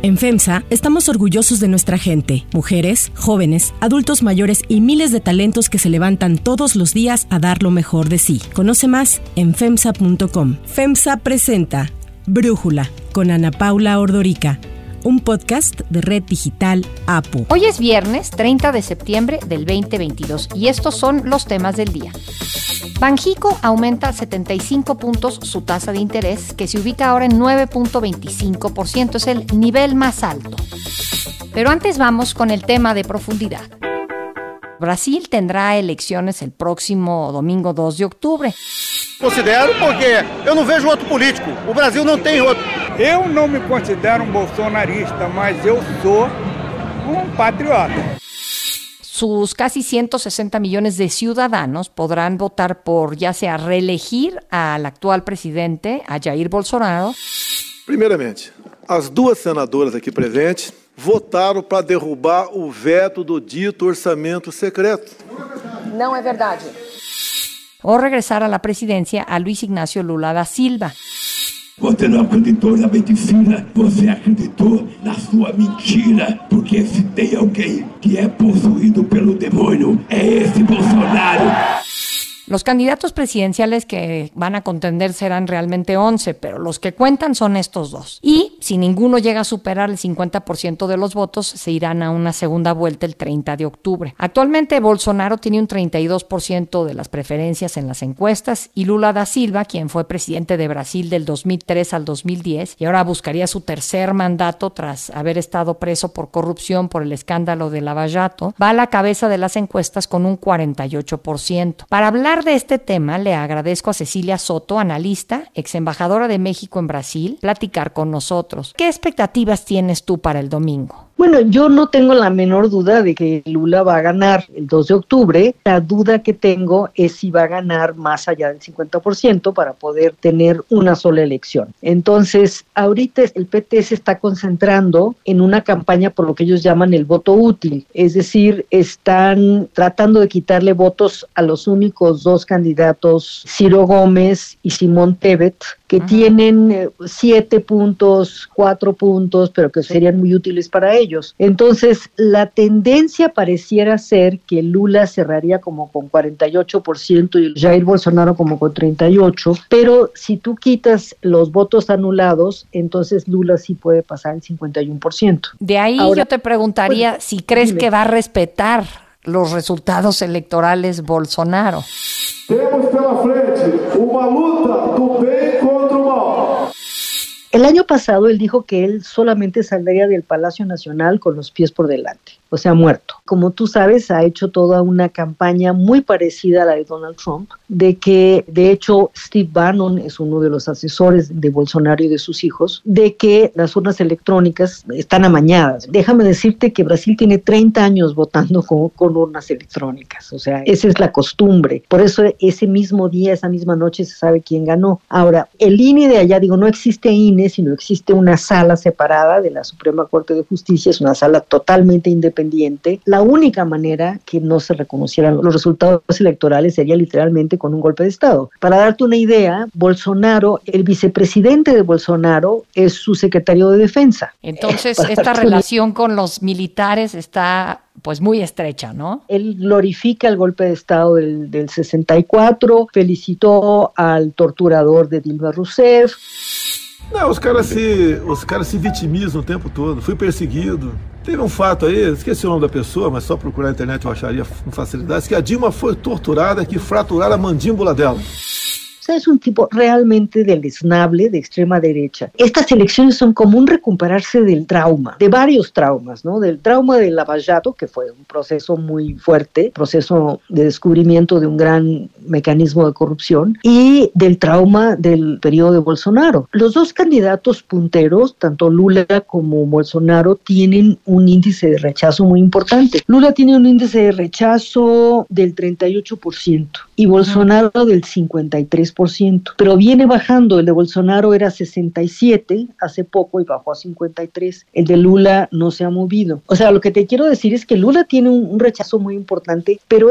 En FEMSA estamos orgullosos de nuestra gente, mujeres, jóvenes, adultos mayores y miles de talentos que se levantan todos los días a dar lo mejor de sí. Conoce más en FEMSA.com. FEMSA presenta Brújula con Ana Paula Ordorica, un podcast de Red Digital APU. Hoy es viernes 30 de septiembre del 2022 y estos son los temas del día. Banxico aumenta 75 puntos su tasa de interés, que se ubica ahora en 9.25%, es el nivel más alto. Pero antes vamos con el tema de profundidad. Brasil tendrá elecciones el próximo domingo 2 de octubre. Considero porque eu não vejo outro político. O Brasil não tem outro. Eu não me considero bolsonarista, mas eu sou patriota. Sus casi 160 millones de ciudadanos podrán votar por ya sea reelegir al actual presidente, a Jair Bolsonaro. Primeiramente, as duas senadoras aqui presentes votaram para derrubar o veto do dito orçamento secreto. Não é verdade. O regresar a la presidencia a Luis Ignacio Lula da Silva. Você não acreditou na medicina, você acreditou na sua mentira, porque se tem alguém que é possuído pelo demônio, é esse Bolsonaro. Los candidatos presidenciales que van a contender serán realmente 11, pero los que cuentan son estos dos. Y si ninguno llega a superar el 50% de los votos, se irán a una segunda vuelta el 30 de octubre. Actualmente Bolsonaro tiene un 32% de las preferencias en las encuestas y Lula da Silva, quien fue presidente de Brasil del 2003 al 2010 y ahora buscaría su tercer mandato tras haber estado preso por corrupción por el escándalo de Lava Jato, va a la cabeza de las encuestas con un 48%. Para hablar de este tema, le agradezco a Cecilia Soto, analista, ex embajadora de México en Brasil, platicar con nosotros. ¿Qué expectativas tienes tú para el domingo? Bueno, yo no tengo la menor duda de que Lula va a ganar el 2 de octubre. La duda que tengo es si va a ganar más allá del 50% para poder tener una sola elección. Entonces, ahorita el PT se está concentrando en una campaña por lo que ellos llaman el voto útil. Es decir, están tratando de quitarle votos a los únicos dos candidatos, Ciro Gómez y Simón Tebet, que tienen 7 puntos, 4 puntos, pero que serían muy útiles para ellos. Entonces, la tendencia pareciera ser que Lula cerraría como con 48% y Jair Bolsonaro como con 38%, pero si tú quitas los votos anulados, entonces Lula sí puede pasar el 51%. De ahí ahora, yo te preguntaría si crees que va a respetar los resultados electorales Bolsonaro. Temos pela frente uma luta do bem contra o mal. El año pasado él dijo que él solamente saldría del Palacio Nacional con los pies por delante, o sea, muerto. Como tú sabes, ha hecho toda una campaña muy parecida a la de Donald Trump, de que, de hecho, Steve Bannon es uno de los asesores de Bolsonaro y de sus hijos, de que las urnas electrónicas están amañadas. Déjame decirte que Brasil tiene 30 años votando con urnas electrónicas, o sea, esa es la costumbre. Por eso ese mismo día, esa misma noche se sabe quién ganó. Ahora, el INE de allá, digo, no existe INE, sino existe una sala separada de la Suprema Corte de Justicia, es una sala totalmente independiente. La única manera que no se reconocieran los resultados electorales sería literalmente con un golpe de Estado. Para darte una idea, Bolsonaro, el vicepresidente de Bolsonaro es su secretario de Defensa. Entonces, esta relación con los militares está pues muy estrecha, ¿no? Él glorifica el golpe de Estado del 64, felicitó al torturador de Dilma Rousseff. Não, os caras se vitimizam o tempo todo. Fui perseguido. Teve fato aí, esqueci o nome da pessoa, mas só procurar na internet eu acharia com facilidade, que a Dilma foi torturada, que fraturaram a mandíbula dela. O sea, es un tipo realmente deleznable, de extrema derecha. Estas elecciones son como un recuperarse del trauma, de varios traumas, ¿no? Del trauma de Lava Jato, que fue un proceso muy fuerte, proceso de descubrimiento de un gran mecanismo de corrupción, y del trauma del periodo de Bolsonaro. Los dos candidatos punteros, tanto Lula como Bolsonaro, tienen un índice de rechazo muy importante. Lula tiene un índice de rechazo del 38% y Bolsonaro del 53%. Pero viene bajando. El de Bolsonaro era 67 hace poco y bajó a 53. El de Lula no se ha movido. O sea, lo que te quiero decir es que Lula tiene un rechazo muy importante, pero es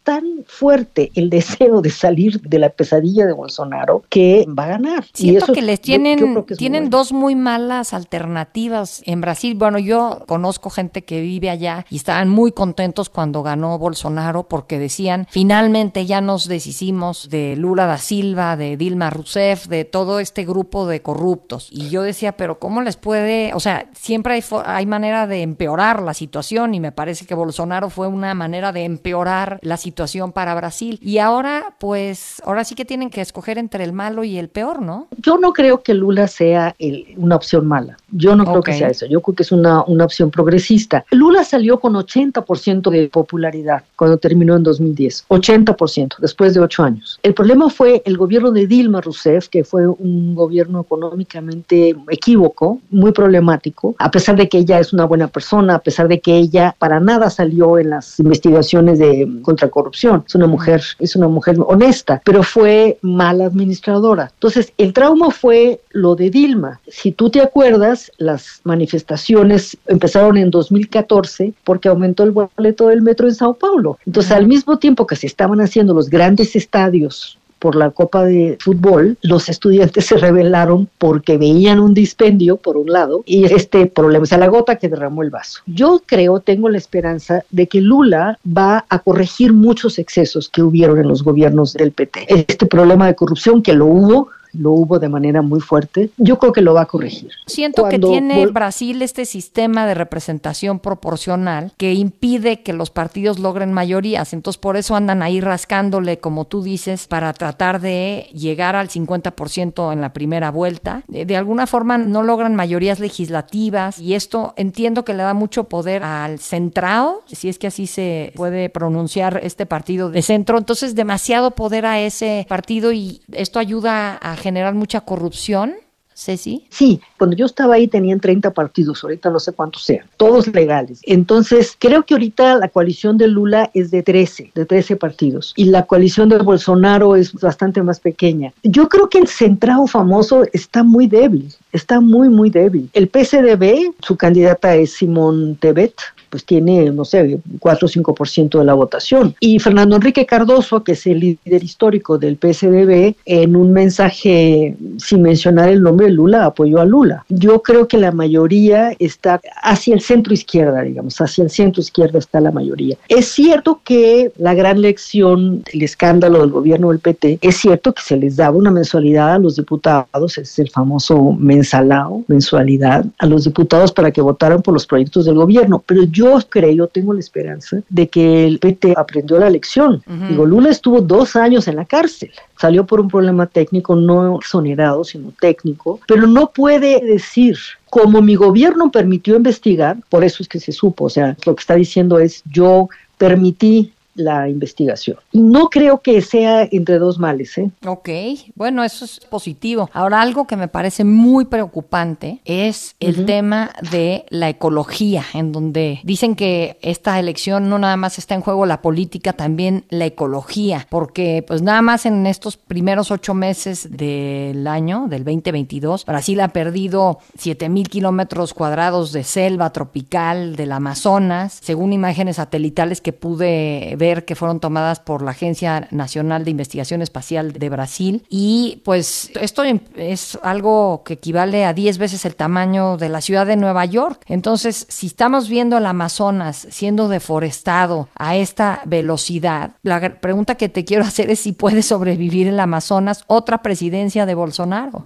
tan fuerte el deseo de salir de la pesadilla de Bolsonaro que va a ganar. Siento y eso que les tienen dos muy malas alternativas en Brasil. Bueno, yo conozco gente que vive allá y estaban muy contentos cuando ganó Bolsonaro porque decían, finalmente ya nos deshicimos de Lula da Silva, de Dilma Rousseff, de todo este grupo de corruptos. Y yo decía, pero ¿cómo les puede? O sea, siempre hay manera de empeorar la situación y me parece que Bolsonaro fue una manera de empeorar la situación para Brasil. Y ahora, pues, ahora sí que tienen que escoger entre el malo y el peor, ¿no? Yo no creo que Lula sea una opción mala. Yo no creo que sea eso. Yo creo que es una opción progresista. Lula salió con 80% de popularidad cuando terminó en 2010. 80%, después de 8 años. El problema fue el gobierno de Dilma Rousseff, que fue un gobierno económicamente equívoco, muy problemático, a pesar de que ella es una buena persona, a pesar de que ella para nada salió en las investigaciones contra corrupción. Es una mujer honesta, pero fue mala administradora. Entonces, el trauma fue lo de Dilma. Si tú te acuerdas, las manifestaciones empezaron en 2014 porque aumentó el boleto del metro en Sao Paulo. Entonces, al mismo tiempo que se estaban haciendo los grandes estadios por la Copa de Fútbol, los estudiantes se rebelaron porque veían un dispendio, por un lado, y este problema, o sea, la gota que derramó el vaso. Yo tengo la esperanza de que Lula va a corregir muchos excesos que hubieron en los gobiernos del PT. Este problema de corrupción que lo hubo de manera muy fuerte, yo creo que lo va a corregir. Siento que tiene Brasil este sistema de representación proporcional que impide que los partidos logren mayorías, entonces por eso andan ahí rascándole, como tú dices, para tratar de llegar al 50% en la primera vuelta. De alguna forma no logran mayorías legislativas y esto entiendo que le da mucho poder al centrado, si es que así se puede pronunciar este partido de centro, entonces demasiado poder a ese partido y esto ayuda a generar mucha corrupción. ¿Ceci? Sí, cuando yo estaba ahí tenían 30 partidos, ahorita no sé cuántos sean, todos legales. Entonces, creo que ahorita la coalición de Lula es de 13 partidos, y la coalición de Bolsonaro es bastante más pequeña. Yo creo que el centrado famoso está muy débil, está muy, muy débil. El PSDB, su candidata es Simone Tebet, pues tiene, no sé, 4 o 5% de la votación. Y Fernando Enrique Cardoso, que es el líder histórico del PSDB, en un mensaje, sin mencionar el nombre de Lula, apoyó a Lula. Yo creo que la mayoría está hacia el centro izquierda, digamos, hacia el centro izquierda está la mayoría. Es cierto que la gran lección, el escándalo del gobierno del PT, es cierto que se les daba una mensualidad a los diputados, es el famoso mensalao, mensualidad, a los diputados para que votaran por los proyectos del gobierno, pero yo tengo la esperanza de que el PT aprendió la lección. Digo, Lula estuvo 2 años en la cárcel, salió por un problema técnico, no exonerado, sino técnico, pero no puede decir, como mi gobierno permitió investigar, por eso es que se supo, o sea, lo que está diciendo es, yo permití la investigación. Y no creo que sea entre dos males, ¿eh? Ok, bueno, eso es positivo. Ahora, algo que me parece muy preocupante es el tema de la ecología, en donde dicen que esta elección no nada más está en juego la política, también la ecología, porque pues nada más en estos primeros 8 meses del año, del 2022, Brasil ha perdido 7,000 kilómetros cuadrados de selva tropical del Amazonas, según imágenes satelitales que pude ver que fueron tomadas por la Agencia Nacional de Investigación Espacial de Brasil, y pues esto es algo que equivale a 10 veces el tamaño de la ciudad de Nueva York. Entonces, si estamos viendo el Amazonas siendo deforestado a esta velocidad, la pregunta que te quiero hacer es si puede sobrevivir el Amazonas otra presidencia de Bolsonaro.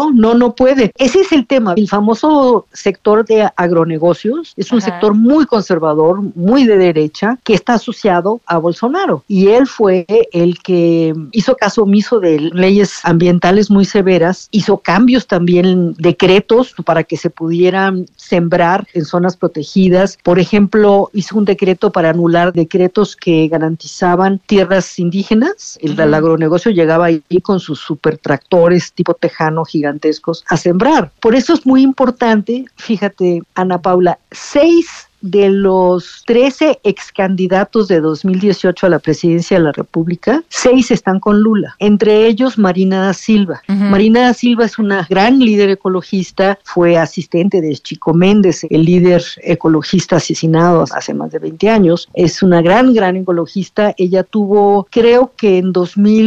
No puede. Ese es el tema. El famoso sector de agronegocios es un sector muy conservador, muy de derecha, que está asociado a Bolsonaro, y él fue el que hizo caso omiso de leyes ambientales muy severas, hizo cambios también, decretos para que se pudieran sembrar en zonas protegidas. Por ejemplo, hizo un decreto para anular decretos que garantizaban tierras indígenas. El agronegocio llegaba ahí con sus supertractores tipo tejano gigantescos a sembrar. Por eso es muy importante, fíjate, Ana Paula, 6 de los 13 ex candidatos de 2018 a la presidencia de la República, 6 están con Lula, entre ellos Marina da Silva. Marina da Silva es una gran líder ecologista, fue asistente de Chico Méndez, el líder ecologista asesinado hace más de 20 años. Es una gran ecologista. Ella tuvo, creo que en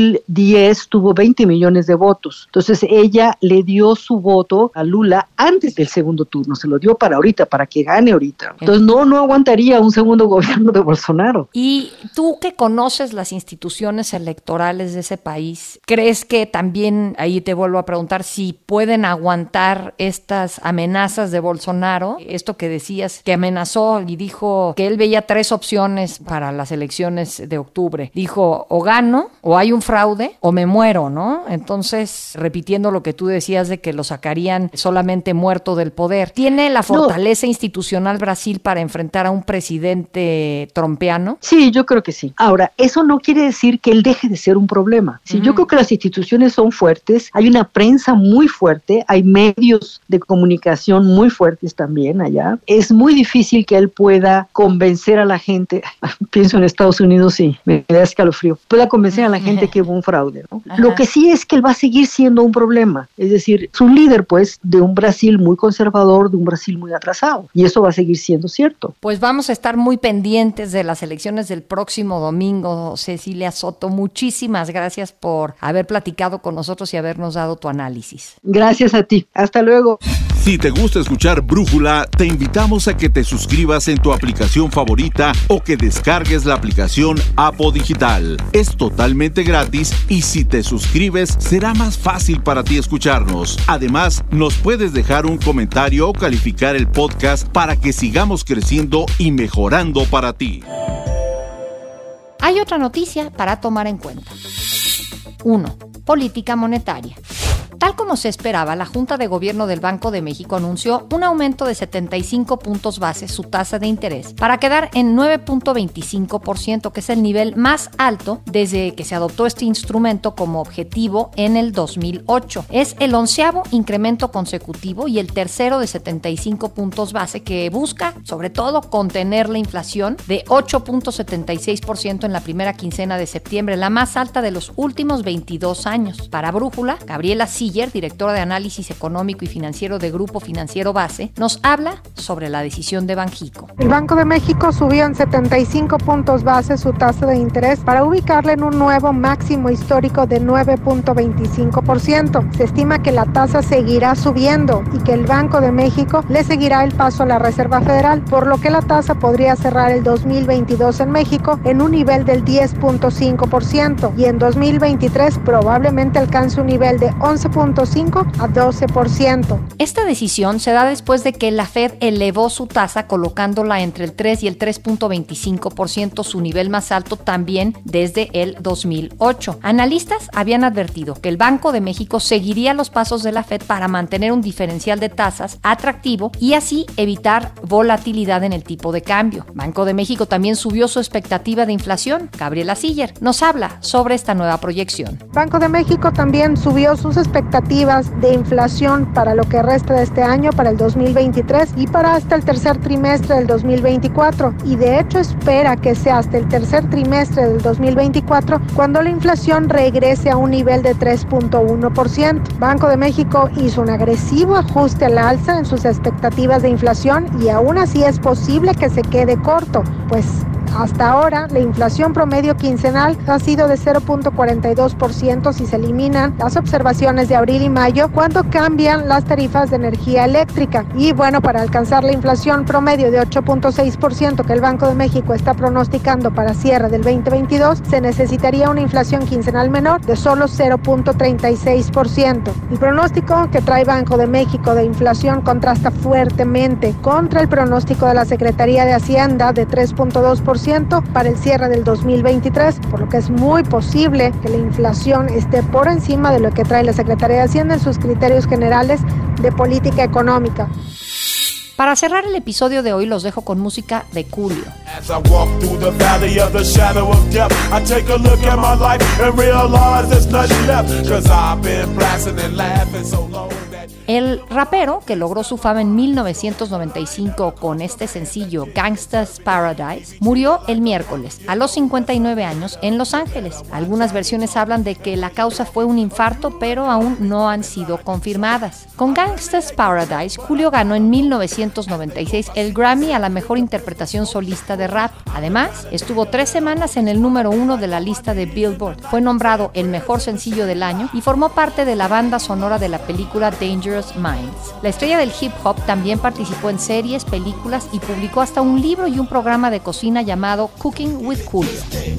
2010 tuvo 20 millones de votos. Entonces ella le dio su voto a Lula antes del segundo turno, se lo dio para ahorita, para que gane ahorita. Entonces no aguantaría un segundo gobierno de Bolsonaro. Y tú que conoces las instituciones electorales de ese país, ¿crees que también, ahí te vuelvo a preguntar, si pueden aguantar estas amenazas de Bolsonaro? Esto que decías, que amenazó y dijo que él veía 3 opciones para las elecciones de octubre. Dijo, o gano, o hay un fraude, o me muero, ¿no? Entonces, repitiendo lo que tú decías de que lo sacarían solamente muerto del poder. ¿Tiene la fortaleza institucional Brasil para enfrentar a un presidente trompeano? Sí, yo creo que sí. Ahora, eso no quiere decir que él deje de ser un problema. Sí, yo creo que las instituciones son fuertes, hay una prensa muy fuerte, hay medios de comunicación muy fuertes también allá. Es muy difícil que él pueda convencer a la gente, pienso en Estados Unidos y me da escalofrío, pueda convencer a la gente que hubo un fraude, ¿no? Lo que sí es que él va a seguir siendo un problema, es decir, es un líder pues de un Brasil muy conservador, de un Brasil muy atrasado, y eso va a seguir siendo cierto. Pues vamos a estar muy pendientes de las elecciones del próximo domingo. Cecilia Soto, muchísimas gracias por haber platicado con nosotros y habernos dado tu análisis. Gracias a ti, hasta luego. Si te gusta escuchar Brújula, te invitamos a que te suscribas en tu aplicación favorita o que descargues la aplicación Apo Digital. Es totalmente gratis y si te suscribes será más fácil para ti escucharnos. Además, nos puedes dejar un comentario o calificar el podcast para que sigamos creciendo y mejorando para ti. Hay otra noticia para tomar en cuenta. 1. Política monetaria. Tal como se esperaba, la Junta de Gobierno del Banco de México anunció un aumento de 75 puntos base su tasa de interés para quedar en 9.25%, que es el nivel más alto desde que se adoptó este instrumento como objetivo en el 2008. Es el 11º incremento consecutivo y el tercero de 75 puntos base que busca, sobre todo, contener la inflación de 8.76% en la primera quincena de septiembre, la más alta de los últimos 22 años. Para Brújula, Gabriela Siller, directora de análisis económico y financiero de Grupo Financiero Base, nos habla sobre la decisión de Banxico. El Banco de México subió en 75 puntos base su tasa de interés para ubicarla en un nuevo máximo histórico de 9.25%. Se estima que la tasa seguirá subiendo y que el Banco de México le seguirá el paso a la Reserva Federal, por lo que la tasa podría cerrar el 2022 en México en un nivel del 10.5% y en 2023 probablemente alcance un nivel de 11.5 a 12%. Esta decisión se da después de que la Fed elevó su tasa colocándola entre el 3 y el 3.25%, su nivel más alto también desde el 2008. Analistas habían advertido que el Banco de México seguiría los pasos de la Fed para mantener un diferencial de tasas atractivo y así evitar volatilidad en el tipo de cambio. Banco de México también subió su expectativa de inflación. Gabriela Siller nos habla sobre esta nueva proyección. Banco de México también subió sus expectativas de inflación para lo que resta de este año, para el 2023 y para hasta el tercer trimestre del 2024, y de hecho espera que sea hasta el tercer trimestre del 2024 cuando la inflación regrese a un nivel de 3.1%. Banco de México hizo un agresivo ajuste al alza en sus expectativas de inflación y aún así es posible que se quede corto, pues hasta ahora, la inflación promedio quincenal ha sido de 0.42% si se eliminan las observaciones de abril y mayo cuando cambian las tarifas de energía eléctrica. Y bueno, para alcanzar la inflación promedio de 8.6% que el Banco de México está pronosticando para cierre del 2022, se necesitaría una inflación quincenal menor de solo 0.36%. El pronóstico que trae Banco de México de inflación contrasta fuertemente contra el pronóstico de la Secretaría de Hacienda de 3.2% para el cierre del 2023, por lo que es muy posible que la inflación esté por encima de lo que trae la Secretaría de Hacienda en sus criterios generales de política económica. Para cerrar el episodio de hoy los dejo con música de Coolio. As I walk through the valley of the shadow of death, I take a look at my life and realize there's nothing left, 'cause I've been blasting and laughing so long. El rapero, que logró su fama en 1995 con este sencillo Gangsta's Paradise, murió el miércoles a los 59 años en Los Ángeles. Algunas versiones hablan de que la causa fue un infarto, pero aún no han sido confirmadas. Con Gangsta's Paradise, Julio ganó en 1996 el Grammy a la mejor interpretación solista de rap. Además, estuvo 3 semanas en el número 1 de la lista de Billboard. Fue nombrado el mejor sencillo del año y formó parte de la banda sonora de la película Dangerous Minds. La estrella del hip hop también participó en series, películas y publicó hasta un libro y un programa de cocina llamado Cooking with Julio.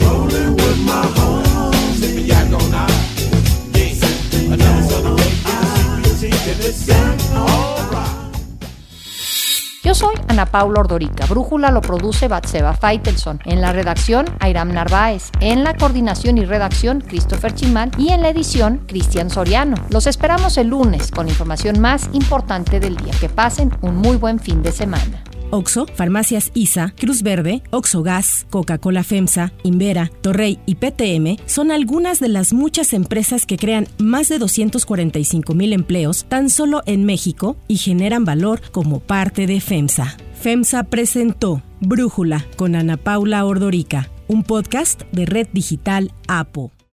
Yo soy Ana Paula Ordorica. Brújula lo produce Batseba Feitelson. En la redacción, Airam Narváez. En la coordinación y redacción, Christopher Chimal. Y en la edición, Cristian Soriano. Los esperamos el lunes con información más importante del día. Que pasen un muy buen fin de semana. Oxxo, Farmacias ISA, Cruz Verde, Oxxo Gas, Coca-Cola FEMSA, Invera, Torrey y PTM son algunas de las muchas empresas que crean más de 245,000 empleos tan solo en México y generan valor como parte de FEMSA. FEMSA presentó Brújula con Ana Paula Ordorica, un podcast de Red Digital APO.